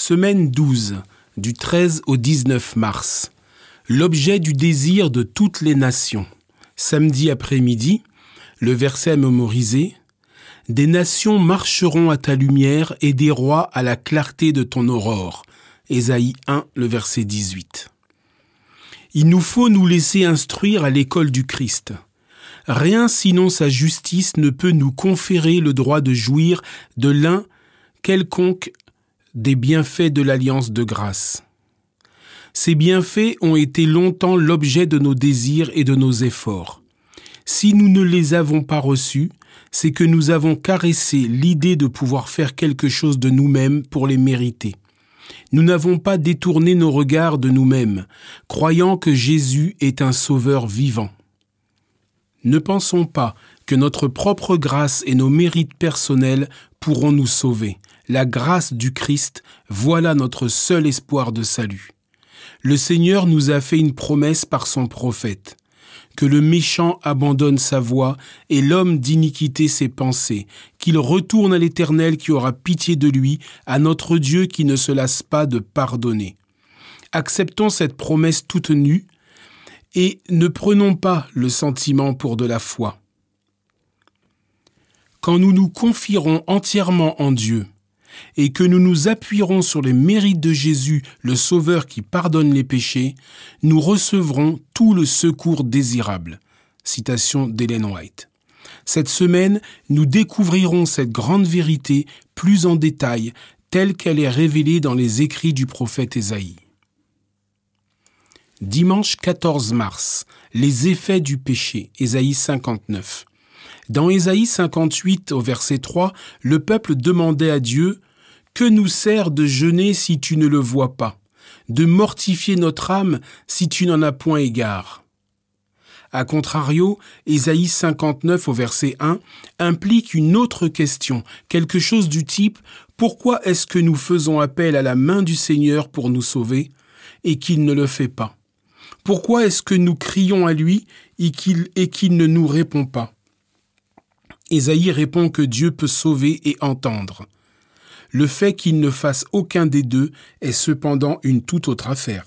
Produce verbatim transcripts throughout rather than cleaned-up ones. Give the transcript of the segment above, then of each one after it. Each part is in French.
Semaine douze, du treize au dix-neuf mars. L'objet du désir de toutes les nations. Samedi après-midi, le verset à mémoriser. Des nations marcheront à ta lumière et des rois à la clarté de ton aurore. Ésaïe un, le verset dix-huit. Il nous faut nous laisser instruire à l'école du Christ. Rien sinon sa justice ne peut nous conférer le droit de jouir de l'un quelconque des bienfaits de l'alliance de grâce. Ces bienfaits ont été longtemps l'objet de nos désirs et de nos efforts. Si nous ne les avons pas reçus, c'est que nous avons caressé l'idée de pouvoir faire quelque chose de nous-mêmes pour les mériter. Nous n'avons pas détourné nos regards de nous-mêmes, croyant que Jésus est un sauveur vivant. Ne pensons pas que notre propre grâce et nos mérites personnels pourront nous sauver. La grâce du Christ, voilà notre seul espoir de salut. Le Seigneur nous a fait une promesse par son prophète, que le méchant abandonne sa voie et l'homme d'iniquité ses pensées, qu'il retourne à l'Éternel qui aura pitié de lui, à notre Dieu qui ne se lasse pas de pardonner. Acceptons cette promesse toute nue et ne prenons pas le sentiment pour de la foi. Quand nous nous confierons entièrement en Dieu, et que nous nous appuierons sur les mérites de Jésus, le Sauveur qui pardonne les péchés, nous recevrons tout le secours désirable. Citation d'Ellen White. Cette semaine, nous découvrirons cette grande vérité plus en détail, telle qu'elle est révélée dans les écrits du prophète Ésaïe. Dimanche quatorze mars, les effets du péché, Ésaïe cinquante-neuf. Dans Ésaïe cinquante-huit, au verset trois, le peuple demandait à Dieu « Que nous sert de jeûner si tu ne le vois pas, de mortifier notre âme si tu n'en as point égard ?» A contrario, Ésaïe cinquante-neuf, au verset un, implique une autre question, quelque chose du type « Pourquoi est-ce que nous faisons appel à la main du Seigneur pour nous sauver et qu'il ne le fait pas? Pourquoi est-ce que nous crions à lui et qu'il, et qu'il ne nous répond pas ?» Ésaïe répond que Dieu peut sauver et entendre. Le fait qu'il ne fasse aucun des deux est cependant une toute autre affaire.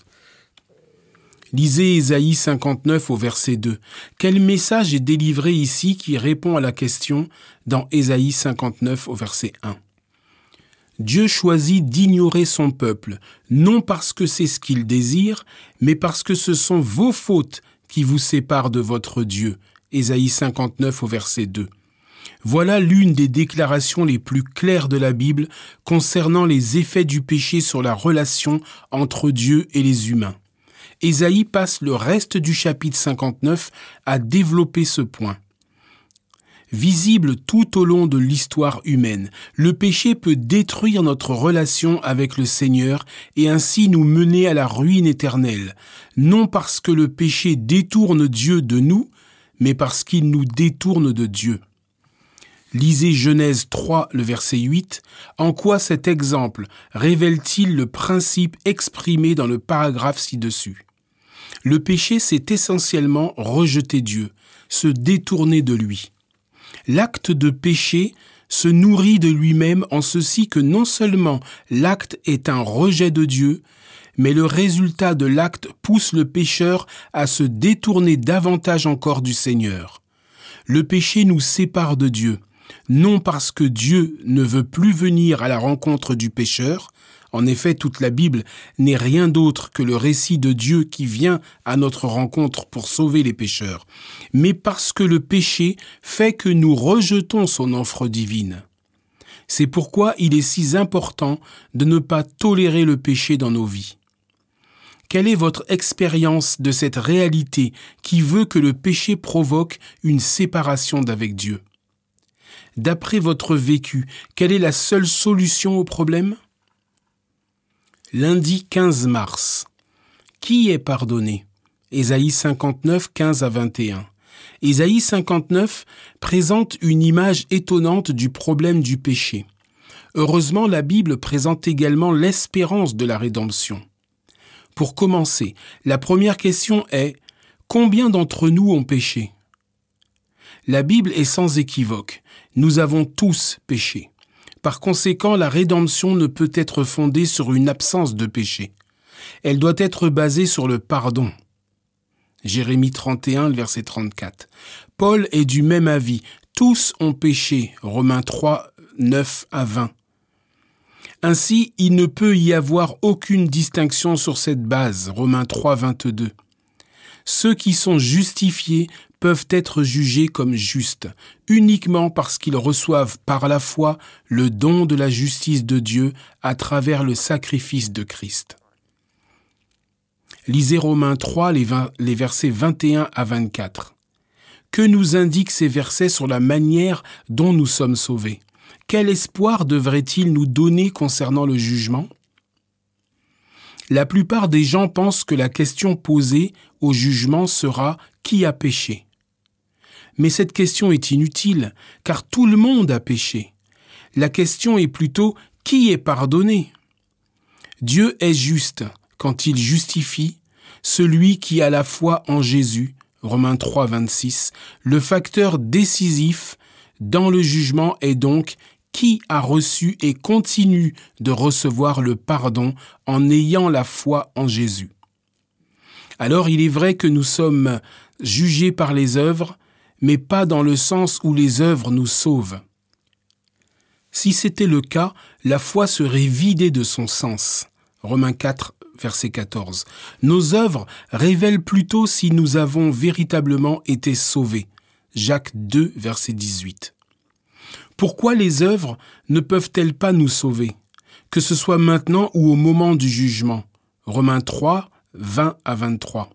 Lisez Ésaïe cinquante-neuf au verset deux. Quel message est délivré ici qui répond à la question dans Ésaïe cinquante-neuf au verset un? Dieu choisit d'ignorer son peuple, non parce que c'est ce qu'il désire, mais parce que ce sont vos fautes qui vous séparent de votre Dieu. Ésaïe cinquante-neuf au verset deux. Voilà l'une des déclarations les plus claires de la Bible concernant les effets du péché sur la relation entre Dieu et les humains. Ésaïe passe le reste du chapitre cinquante-neuf à développer ce point. Visible tout au long de l'histoire humaine, le péché peut détruire notre relation avec le Seigneur et ainsi nous mener à la ruine éternelle, non parce que le péché détourne Dieu de nous, mais parce qu'il nous détourne de Dieu. Lisez Genèse trois, le verset huit. En quoi cet exemple révèle-t-il le principe exprimé dans le paragraphe ci-dessus? Le péché, c'est essentiellement rejeter Dieu, se détourner de lui. L'acte de péché se nourrit de lui-même en ceci que non seulement l'acte est un rejet de Dieu, mais le résultat de l'acte pousse le pécheur à se détourner davantage encore du Seigneur. Le péché nous sépare de Dieu. Non parce que Dieu ne veut plus venir à la rencontre du pécheur, en effet toute la Bible n'est rien d'autre que le récit de Dieu qui vient à notre rencontre pour sauver les pécheurs, mais parce que le péché fait que nous rejetons son offre divine. C'est pourquoi il est si important de ne pas tolérer le péché dans nos vies. Quelle est votre expérience de cette réalité qui veut que le péché provoque une séparation d'avec Dieu? D'après votre vécu, quelle est la seule solution au problème? Lundi quinze mars. Qui est pardonné? Ésaïe cinquante-neuf, quinze à vingt et un. Ésaïe cinquante-neuf présente une image étonnante du problème du péché. Heureusement, la Bible présente également l'espérance de la rédemption. Pour commencer, la première question est « Combien d'entre nous ont péché ?» La Bible est sans équivoque. Nous avons tous péché. Par conséquent, la rédemption ne peut être fondée sur une absence de péché. Elle doit être basée sur le pardon. Jérémie trente et un, verset trente-quatre. Paul est du même avis. Tous ont péché. Romains trois, neuf à vingt. Ainsi, il ne peut y avoir aucune distinction sur cette base. Romains trois, vingt-deux. Ceux qui sont justifiés peuvent être jugés comme justes, uniquement parce qu'ils reçoivent par la foi le don de la justice de Dieu à travers le sacrifice de Christ. Lisez Romains trois, les, vingt, les versets vingt et un à vingt-quatre. Que nous indiquent ces versets sur la manière dont nous sommes sauvés? Quel espoir devrait-il nous donner concernant le jugement? La plupart des gens pensent que la question posée au jugement sera « Qui a péché ?» Mais cette question est inutile, car tout le monde a péché. La question est plutôt « Qui est pardonné ?» Dieu est juste quand il justifie celui qui a la foi en Jésus, Romains trois, vingt-six. Le facteur décisif dans le jugement est donc qui a reçu et continue de recevoir le pardon en ayant la foi en Jésus. Alors il est vrai que nous sommes jugés par les œuvres, mais pas dans le sens où les œuvres nous sauvent. Si c'était le cas, la foi serait vidée de son sens. Romains quatre, verset quatorze. Nos œuvres révèlent plutôt si nous avons véritablement été sauvés. Jacques deux, verset dix-huit. Pourquoi les œuvres ne peuvent-elles pas nous sauver, que ce soit maintenant ou au moment du jugement? Romains trois, vingt à vingt-trois.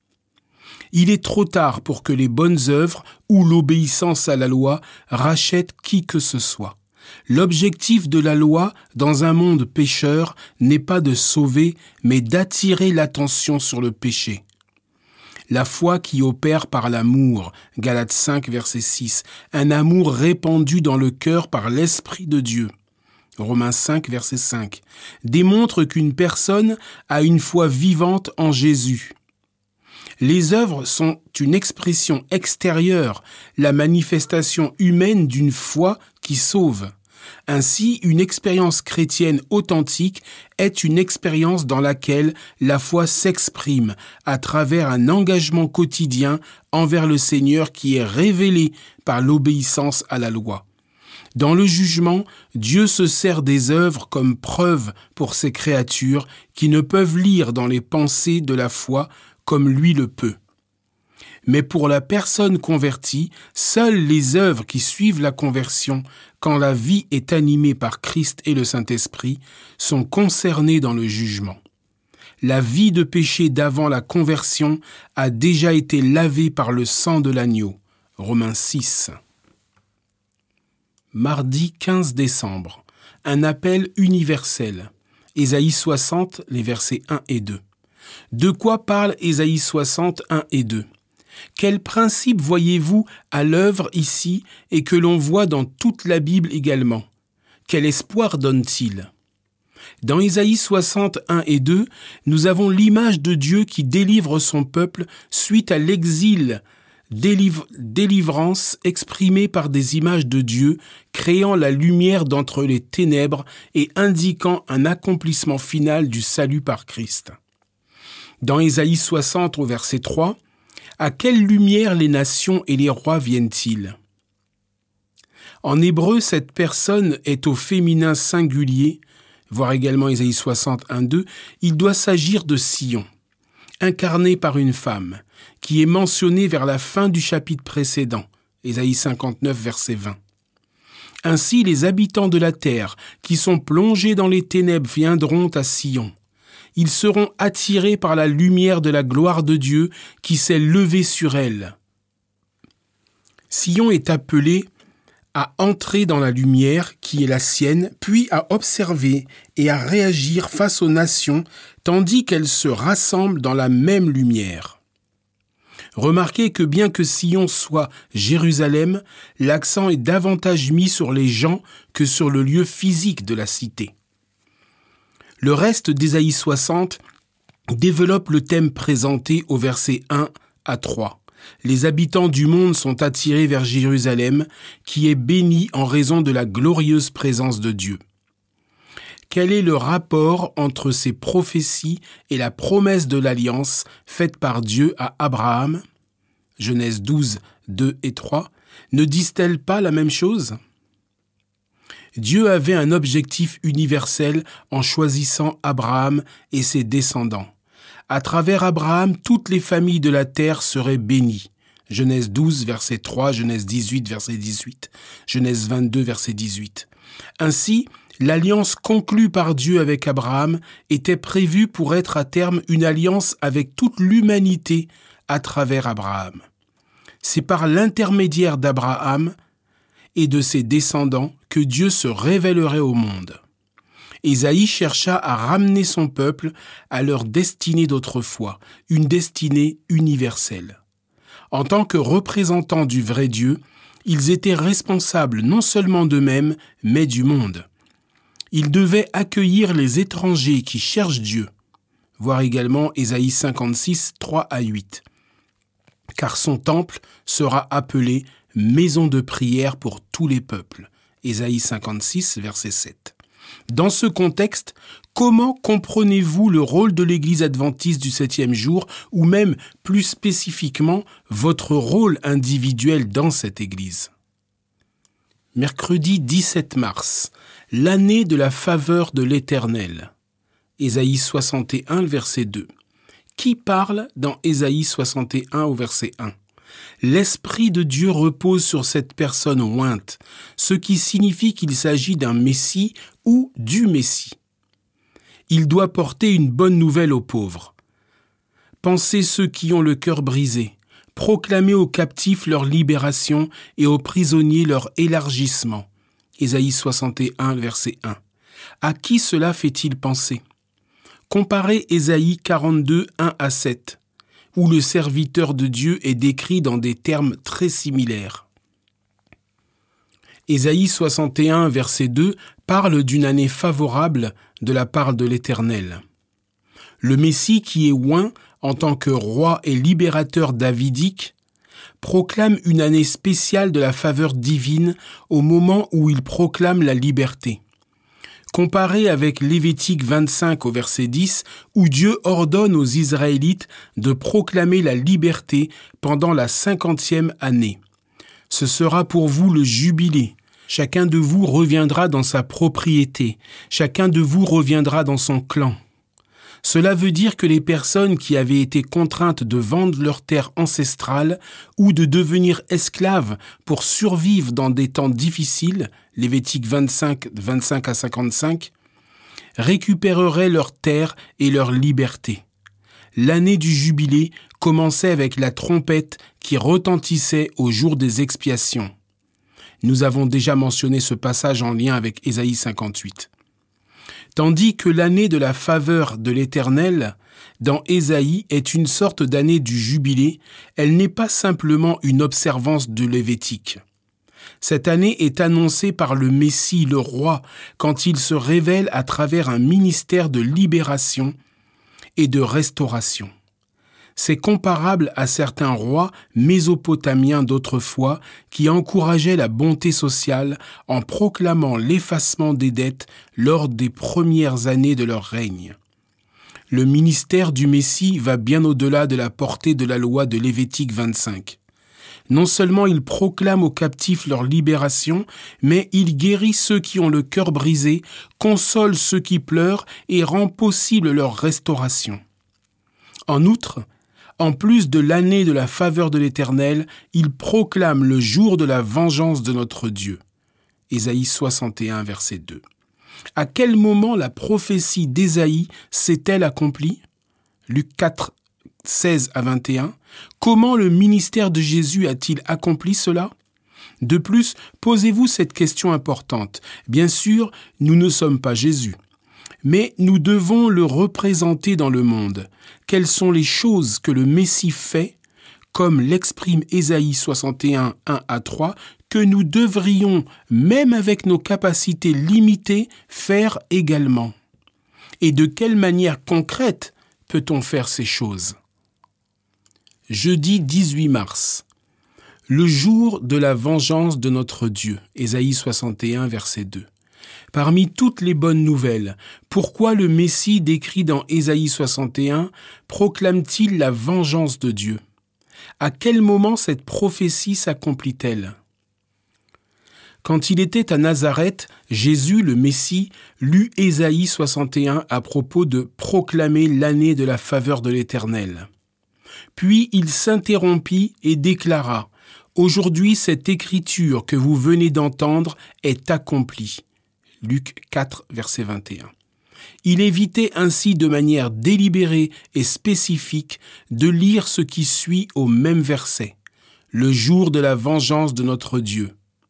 Il est trop tard pour que les bonnes œuvres ou l'obéissance à la loi rachètent qui que ce soit. L'objectif de la loi dans un monde pécheur n'est pas de sauver, mais d'attirer l'attention sur le péché. La foi qui opère par l'amour, Galates cinq, verset six, un amour répandu dans le cœur par l'Esprit de Dieu, Romains cinq, verset cinq, démontre qu'une personne a une foi vivante en Jésus. Les œuvres sont une expression extérieure, la manifestation humaine d'une foi qui sauve. Ainsi, une expérience chrétienne authentique est une expérience dans laquelle la foi s'exprime à travers un engagement quotidien envers le Seigneur qui est révélé par l'obéissance à la loi. Dans le jugement, Dieu se sert des œuvres comme preuve pour ses créatures qui ne peuvent lire dans les pensées de la foi comme lui le peut. Mais pour la personne convertie, seules les œuvres qui suivent la conversion, quand la vie est animée par Christ et le Saint-Esprit, sont concernées dans le jugement. La vie de péché d'avant la conversion a déjà été lavée par le sang de l'agneau. Romains six. Mardi quinze décembre. Un appel universel. Ésaïe soixante, les versets un et deux. De quoi parle Ésaïe soixante, un et deux? Quel principe voyez-vous à l'œuvre ici et que l'on voit dans toute la Bible également? Quel espoir donne-t-il? Dans Ésaïe soixante, un et deux, nous avons l'image de Dieu qui délivre son peuple suite à l'exil, délivre, délivrance exprimée par des images de Dieu, créant la lumière d'entre les ténèbres et indiquant un accomplissement final du salut par Christ. Dans Ésaïe soixante au verset trois, à quelle lumière les nations et les rois viennent-ils? En hébreu, cette personne est au féminin singulier, voir également Ésaïe soixante, un, deux, il doit s'agir de Sion, incarné par une femme, qui est mentionnée vers la fin du chapitre précédent, Ésaïe cinquante-neuf, verset vingt. Ainsi, les habitants de la terre, qui sont plongés dans les ténèbres, viendront à Sion. Ils seront attirés par la lumière de la gloire de Dieu qui s'est levée sur elle. Sion est appelé à entrer dans la lumière qui est la sienne, puis à observer et à réagir face aux nations, tandis qu'elles se rassemblent dans la même lumière. Remarquez que bien que Sion soit Jérusalem, l'accent est davantage mis sur les gens que sur le lieu physique de la cité. Le reste d'Ésaïe soixante développe le thème présenté au verset un à trois. les habitants du monde sont attirés vers Jérusalem, qui est bénie en raison de la glorieuse présence de Dieu. Quel est le rapport entre ces prophéties et la promesse de l'alliance faite par Dieu à Abraham ? Genèse douze, deux et trois. Ne disent-elles pas la même chose ? Dieu avait un objectif universel en choisissant Abraham et ses descendants. À travers Abraham, toutes les familles de la terre seraient bénies. Genèse douze, verset trois, Genèse dix-huit, verset dix-huit, Genèse vingt-deux, verset dix-huit. Ainsi, l'alliance conclue par Dieu avec Abraham était prévue pour être à terme une alliance avec toute l'humanité à travers Abraham. C'est par l'intermédiaire d'Abraham et de ses descendants que Dieu se révélerait au monde. Ésaïe chercha à ramener son peuple à leur destinée d'autrefois, une destinée universelle. En tant que représentants du vrai Dieu, ils étaient responsables non seulement d'eux-mêmes, mais du monde. Ils devaient accueillir les étrangers qui cherchent Dieu. Voir également Ésaïe cinquante-six, trois à huit. Car son temple sera appelé maison de prière pour tous les peuples. Ésaïe cinquante-six, verset sept. Dans ce contexte, comment comprenez-vous le rôle de l'Église adventiste du septième jour, ou même plus spécifiquement votre rôle individuel dans cette Église ? Mercredi dix-sept mars, l'année de la faveur de l'Éternel. Ésaïe soixante et un, verset deux. Qui parle dans Ésaïe soixante et un au verset un ? L'Esprit de Dieu repose sur cette personne ointe, ce qui signifie qu'il s'agit d'un Messie ou du Messie. Il doit porter une bonne nouvelle aux pauvres. Pensez ceux qui ont le cœur brisé, proclamer aux captifs leur libération et aux prisonniers leur élargissement. Ésaïe soixante et un, verset un. À qui cela fait-il penser ? Comparez Ésaïe quarante-deux, un à sept. Où le serviteur de Dieu est décrit dans des termes très similaires. Ésaïe soixante et un, verset deux, parle d'une année favorable de la part de l'Éternel. Le Messie qui est oint en tant que roi et libérateur davidique proclame une année spéciale de la faveur divine au moment où il proclame la liberté. Comparé avec Lévitique vingt-cinq au verset dix, où Dieu ordonne aux Israélites de proclamer la liberté pendant la cinquantième année. Ce sera pour vous le jubilé. Chacun de vous reviendra dans sa propriété. Chacun de vous reviendra dans son clan. Cela veut dire que les personnes qui avaient été contraintes de vendre leur terre ancestrale ou de devenir esclaves pour survivre dans des temps difficiles, Lévitique vingt-cinq, vingt-cinq à cinquante-cinq, récupéreraient leur terre et leur liberté. L'année du jubilé commençait avec la trompette qui retentissait au jour des expiations. Nous avons déjà mentionné ce passage en lien avec Ésaïe cinquante-huit. Tandis que l'année de la faveur de l'Éternel, dans Ésaïe, est une sorte d'année du jubilé, elle n'est pas simplement une observance de Lévitique. Cette année est annoncée par le Messie, le roi, quand il se révèle à travers un ministère de libération et de restauration. C'est comparable à certains rois mésopotamiens d'autrefois qui encourageaient la bonté sociale en proclamant l'effacement des dettes lors des premières années de leur règne. Le ministère du Messie va bien au-delà de la portée de la loi de Lévitique vingt-cinq. Non seulement il proclame aux captifs leur libération, mais il guérit ceux qui ont le cœur brisé, console ceux qui pleurent et rend possible leur restauration. En outre, en plus de l'année de la faveur de l'Éternel, il proclame le jour de la vengeance de notre Dieu. Ésaïe soixante et un, verset deux. À quel moment la prophétie d'Ésaïe s'est-elle accomplie ? Luc quatre, seize à vingt et un. Comment le ministère de Jésus a-t-il accompli cela ? De plus, posez-vous cette question importante. Bien sûr, nous ne sommes pas Jésus. Mais nous devons le représenter dans le monde. Quelles sont les choses que le Messie fait, comme l'exprime Ésaïe soixante et un, un à trois, que nous devrions, même avec nos capacités limitées, faire également? Et de quelle manière concrète peut-on faire ces choses ? Jeudi dix-huit mars. Le jour de la vengeance de notre Dieu. Ésaïe soixante et un, verset deux. Parmi toutes les bonnes nouvelles, pourquoi le Messie décrit dans Ésaïe soixante et un proclame-t-il la vengeance de Dieu? À quel moment cette prophétie s'accomplit-elle? Quand il était à Nazareth, Jésus, le Messie, lut Ésaïe soixante et un à propos de proclamer l'année de la faveur de l'Éternel. Puis il s'interrompit et déclara « Aujourd'hui, cette écriture que vous venez d'entendre est accomplie. » Luc quatre, verset vingt et un. Il évitait ainsi de manière délibérée et spécifique de lire ce qui suit au même verset, le jour de la vengeance de notre Dieu.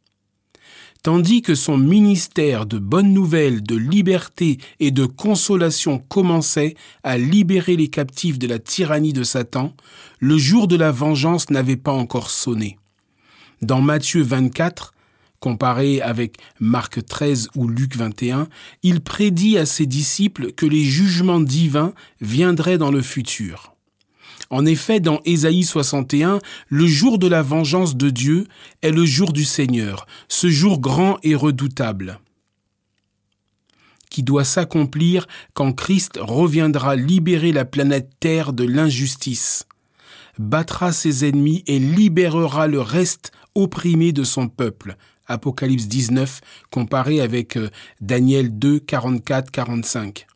Tandis que son ministère de bonnes nouvelles, de liberté et de consolation commençait à libérer les captifs de la tyrannie de Satan, le jour de la vengeance n'avait pas encore sonné. Dans Matthieu vingt-quatre, comparé avec Marc treize ou Luc vingt et un, il prédit à ses disciples que les jugements divins viendraient dans le futur. En effet, dans Ésaïe soixante et un, le jour de la vengeance de Dieu est le jour du Seigneur, ce jour grand et redoutable, qui doit s'accomplir quand Christ reviendra libérer la planète Terre de l'injustice, battra ses ennemis et libérera le reste opprimé de son peuple. Apocalypse dix-neuf, comparé avec Daniel deux, quarante-quatre à quarante-cinq.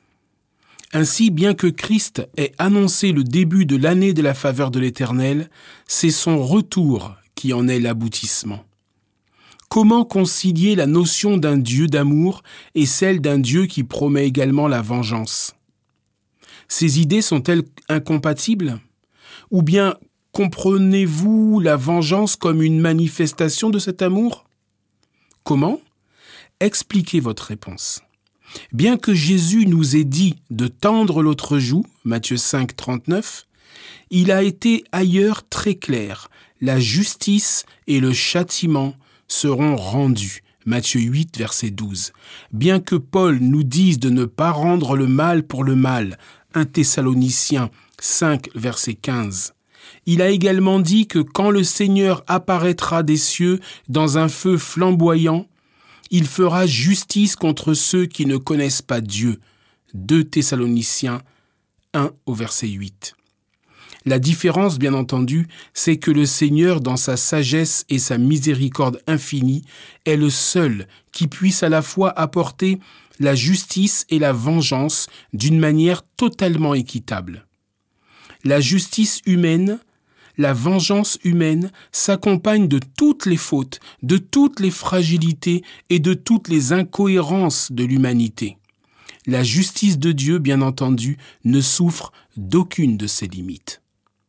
Ainsi, bien que Christ ait annoncé le début de l'année de la faveur de l'Éternel, c'est son retour qui en est l'aboutissement. Comment concilier la notion d'un Dieu d'amour et celle d'un Dieu qui promet également la vengeance? Ces idées sont-elles incompatibles? Ou bien comprenez-vous la vengeance comme une manifestation de cet amour? Comment? Expliquez votre réponse. Bien que Jésus nous ait dit de tendre l'autre joue, Matthieu cinq, trente-neuf, il a été ailleurs très clair. La justice et le châtiment seront rendus. Matthieu huit, verset douze. Bien que Paul nous dise de ne pas rendre le mal pour le mal, un Thessaloniciens cinq, verset quinze. Il a également dit que quand le Seigneur apparaîtra des cieux dans un feu flamboyant, il fera justice contre ceux qui ne connaissent pas Dieu. deux Thessaloniciens un au verset huit. La différence, bien entendu, c'est que le Seigneur, dans sa sagesse et sa miséricorde infinie, est le seul qui puisse à la fois apporter la justice et la vengeance d'une manière totalement équitable. La justice humaine, la vengeance humaine s'accompagne de toutes les fautes, de toutes les fragilités et de toutes les incohérences de l'humanité. La justice de Dieu, bien entendu, ne souffre d'aucune de ses limites.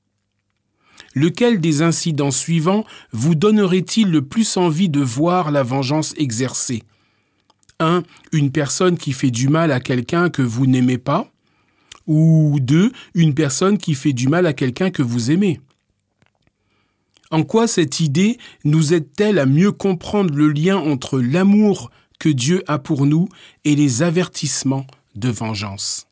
Lequel des incidents suivants vous donnerait-il le plus envie de voir la vengeance exercée? un. Une personne qui fait du mal à quelqu'un que vous n'aimez pas? Ou deux. Une personne qui fait du mal à quelqu'un que vous aimez? En quoi cette idée nous aide-t-elle à mieux comprendre le lien entre l'amour que Dieu a pour nous et les avertissements de vengeance?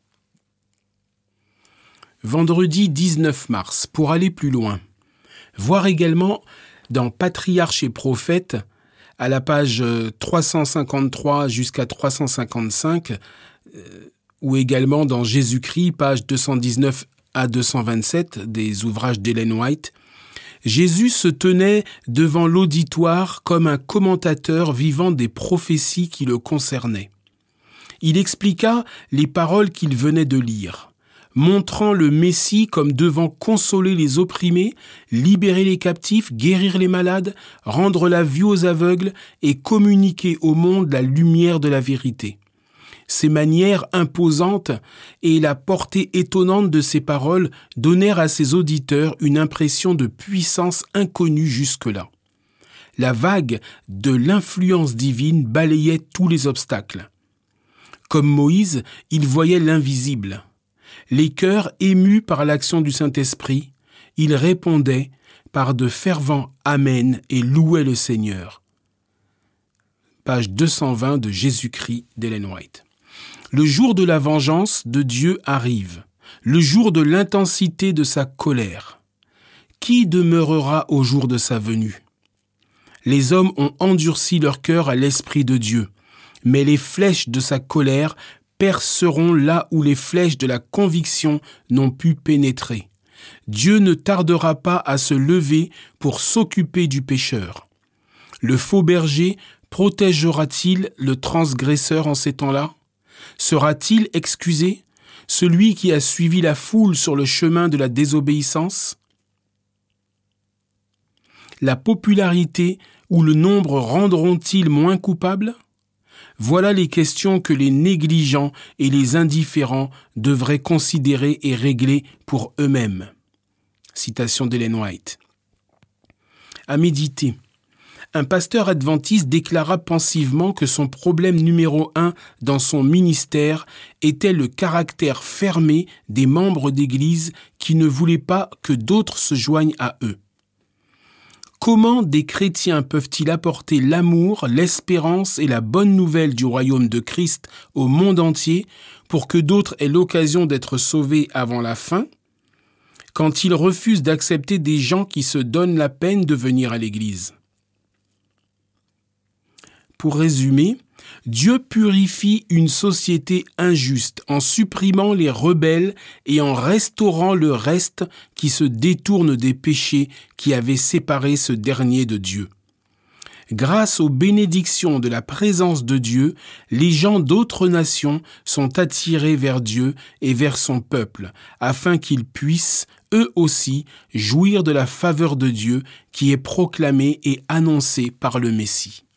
Vendredi dix-neuf mars, pour aller plus loin. Voir également dans Patriarches et Prophètes, à la page trois cent cinquante-trois jusqu'à trois cent cinquante-cinq, ou également dans Jésus-Christ, page deux cent dix-neuf à deux cent vingt-sept, des ouvrages d'Ellen White, Jésus se tenait devant l'auditoire comme un commentateur vivant des prophéties qui le concernaient. Il expliqua les paroles qu'il venait de lire, montrant le Messie comme devant consoler les opprimés, libérer les captifs, guérir les malades, rendre la vue aux aveugles et communiquer au monde la lumière de la vérité. Ses manières imposantes et la portée étonnante de ses paroles donnèrent à ses auditeurs une impression de puissance inconnue jusque-là. La vague de l'influence divine balayait tous les obstacles. Comme Moïse, il voyait l'invisible. Les cœurs émus par l'action du Saint-Esprit, ils répondaient par de fervents « Amen » et louaient le Seigneur. Page deux cent vingt de Jésus-Christ d'Ellen White. Le jour de la vengeance de Dieu arrive, le jour de l'intensité de sa colère. qui demeurera au jour de sa venue? Les hommes ont endurci leur cœur à l'Esprit de Dieu, mais les flèches de sa colère perceront là où les flèches de la conviction n'ont pu pénétrer. Dieu ne tardera pas à se lever pour s'occuper du pécheur. Le faux berger protégera-t-il le transgresseur en ces temps-là? Sera-t-il excusé, celui qui a suivi la foule sur le chemin de la désobéissance? La popularité ou le nombre rendront-ils moins coupables? Voilà les questions que les négligents et les indifférents devraient considérer et régler pour eux-mêmes. Citation d'Ellen White. À méditer. Un pasteur adventiste déclara pensivement que son problème numéro un dans son ministère était le caractère fermé des membres d'Église qui ne voulaient pas que d'autres se joignent à eux. Comment des chrétiens peuvent-ils apporter l'amour, l'espérance et la bonne nouvelle du royaume de Christ au monde entier pour que d'autres aient l'occasion d'être sauvés avant la fin, quand ils refusent d'accepter des gens qui se donnent la peine de venir à l'Église? Pour résumer, Dieu purifie une société injuste en supprimant les rebelles et en restaurant le reste qui se détourne des péchés qui avaient séparé ce dernier de Dieu. Grâce aux bénédictions de la présence de Dieu, les gens d'autres nations sont attirés vers Dieu et vers son peuple, afin qu'ils puissent, eux aussi, jouir de la faveur de Dieu qui est proclamée et annoncée par le Messie.